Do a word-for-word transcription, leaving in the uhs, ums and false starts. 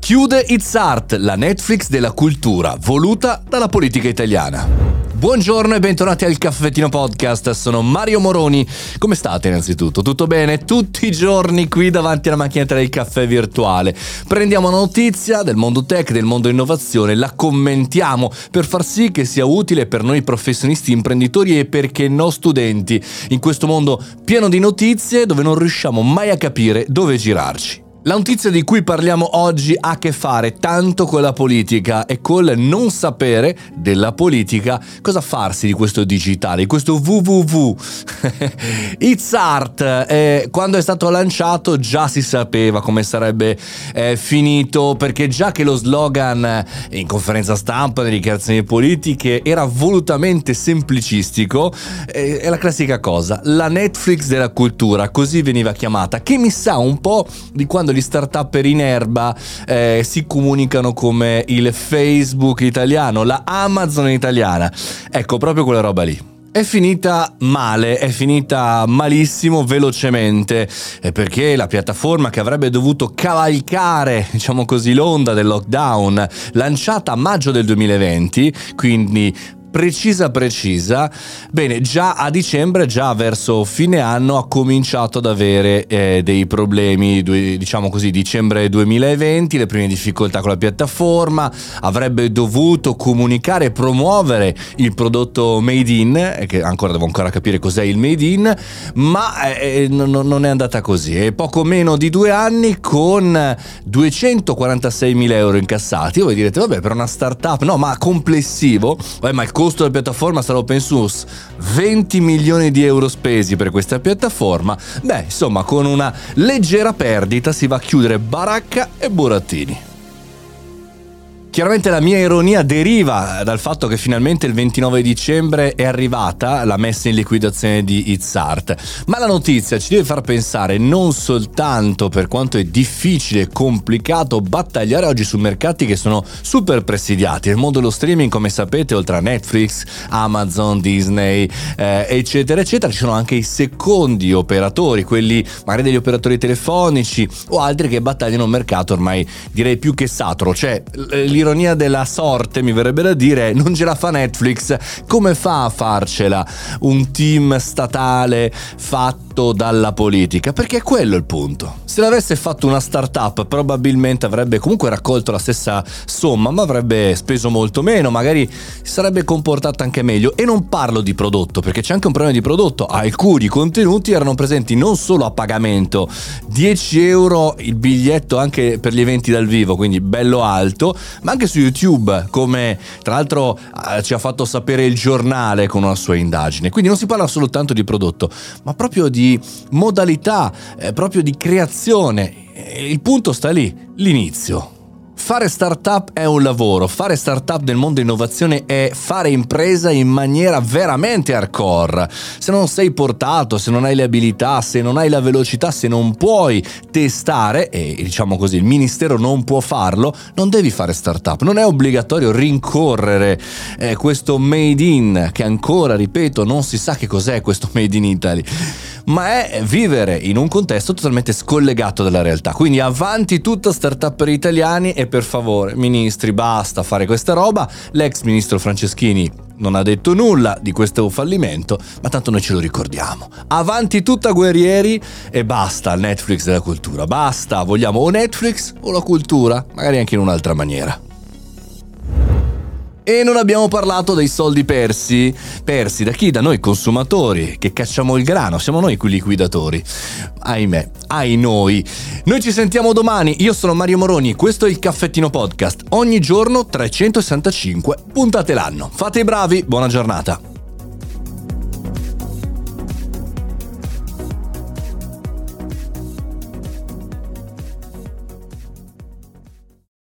Chiude It's Art, la Netflix della cultura, voluta dalla politica italiana. Buongiorno e bentornati al Caffettino Podcast, sono Mario Moroni. Come state innanzitutto? Tutto bene? Tutti i giorni qui davanti alla macchinetta del caffè virtuale. Prendiamo una notizia del mondo tech, del mondo innovazione, la commentiamo per far sì che sia utile per noi professionisti, imprenditori e perché no studenti, in questo mondo pieno di notizie dove non riusciamo mai a capire dove girarci. La notizia di cui parliamo oggi ha a che fare tanto con la politica e col non sapere della politica cosa farsi di questo digitale, di questo www. It's Art, eh, quando è stato lanciato già si sapeva come sarebbe eh, finito, perché già che lo slogan in conferenza stampa, nelle dichiarazioni politiche era volutamente semplicistico, eh, è la classica cosa, la Netflix della cultura, così veniva chiamata, che mi sa un po' di quando gli start-upper in erba eh, si comunicano come il Facebook italiano, la Amazon italiana. Ecco, proprio quella roba lì. È finita male, è finita malissimo velocemente, eh, perché la piattaforma che avrebbe dovuto cavalcare, diciamo così, l'onda del lockdown, lanciata a maggio del duemilaventi, quindi precisa precisa, bene, già a dicembre, già verso fine anno ha cominciato ad avere eh, dei problemi, diciamo così, dicembre duemilaventi, le prime difficoltà con la piattaforma, avrebbe dovuto comunicare e promuovere il prodotto made in, che ancora devo ancora capire cos'è il made in, ma eh, non, non è andata così, e poco meno di due anni con duecentoquarantaseimila euro incassati. Voi direte, vabbè, per una startup, no, ma complessivo, vabbè, ma il costo della piattaforma sarà open source, venti milioni di euro spesi per questa piattaforma. Beh, insomma, con una leggera perdita si va a chiudere baracca e burattini. Chiaramente la mia ironia deriva dal fatto che finalmente il ventinove dicembre è arrivata la messa in liquidazione di It's Art, ma la notizia ci deve far pensare non soltanto per quanto è difficile e complicato battagliare oggi su mercati che sono super presidiati. Nel mondo dello streaming, come sapete, oltre a Netflix, Amazon, Disney, eh, eccetera eccetera, ci sono anche i secondi operatori, quelli magari degli operatori telefonici o altri che battagliano un mercato ormai direi più che saturo. Cioè, l'ironia della sorte, mi verrebbe da dire, non ce la fa Netflix, come fa a farcela un team statale fatto dalla politica? Perché è quello il punto. Se l'avesse fatto una startup probabilmente avrebbe comunque raccolto la stessa somma, ma avrebbe speso molto meno, magari si sarebbe comportata anche meglio. E non parlo di prodotto, perché c'è anche un problema di prodotto. Alcuni contenuti erano presenti non solo a pagamento, dieci euro il biglietto anche per gli eventi dal vivo, quindi bello alto, ma anche su YouTube, come tra l'altro eh, ci ha fatto sapere il giornale con una sua indagine. Quindi non si parla soltanto di prodotto, ma proprio di modalità, eh, proprio di creazione. Il punto sta lì, l'inizio. Fare startup è un lavoro, fare startup nel mondo innovazione è fare impresa in maniera veramente hardcore. Se non sei portato, se non hai le abilità, se non hai la velocità, se non puoi testare, e diciamo così il ministero non può farlo, non devi fare startup. Non è obbligatorio rincorrere eh, questo made in, che ancora, ripeto, non si sa che cos'è questo made in Italy, ma è vivere in un contesto totalmente scollegato dalla realtà. Quindi avanti tutta startup per italiani, e per favore, ministri, basta fare questa roba. L'ex ministro Franceschini non ha detto nulla di questo fallimento, ma tanto noi ce lo ricordiamo. Avanti tutta guerrieri e basta al Netflix della cultura. Basta, vogliamo o Netflix o la cultura, magari anche in un'altra maniera. E non abbiamo parlato dei soldi persi, persi da chi? Da noi consumatori, che cacciamo il grano, siamo noi quei liquidatori. Ahimè, ai noi. Noi ci sentiamo domani, io sono Mario Moroni, questo è il Caffettino Podcast, ogni giorno trecentosessantacinque puntate l'anno. Fate i bravi, buona giornata.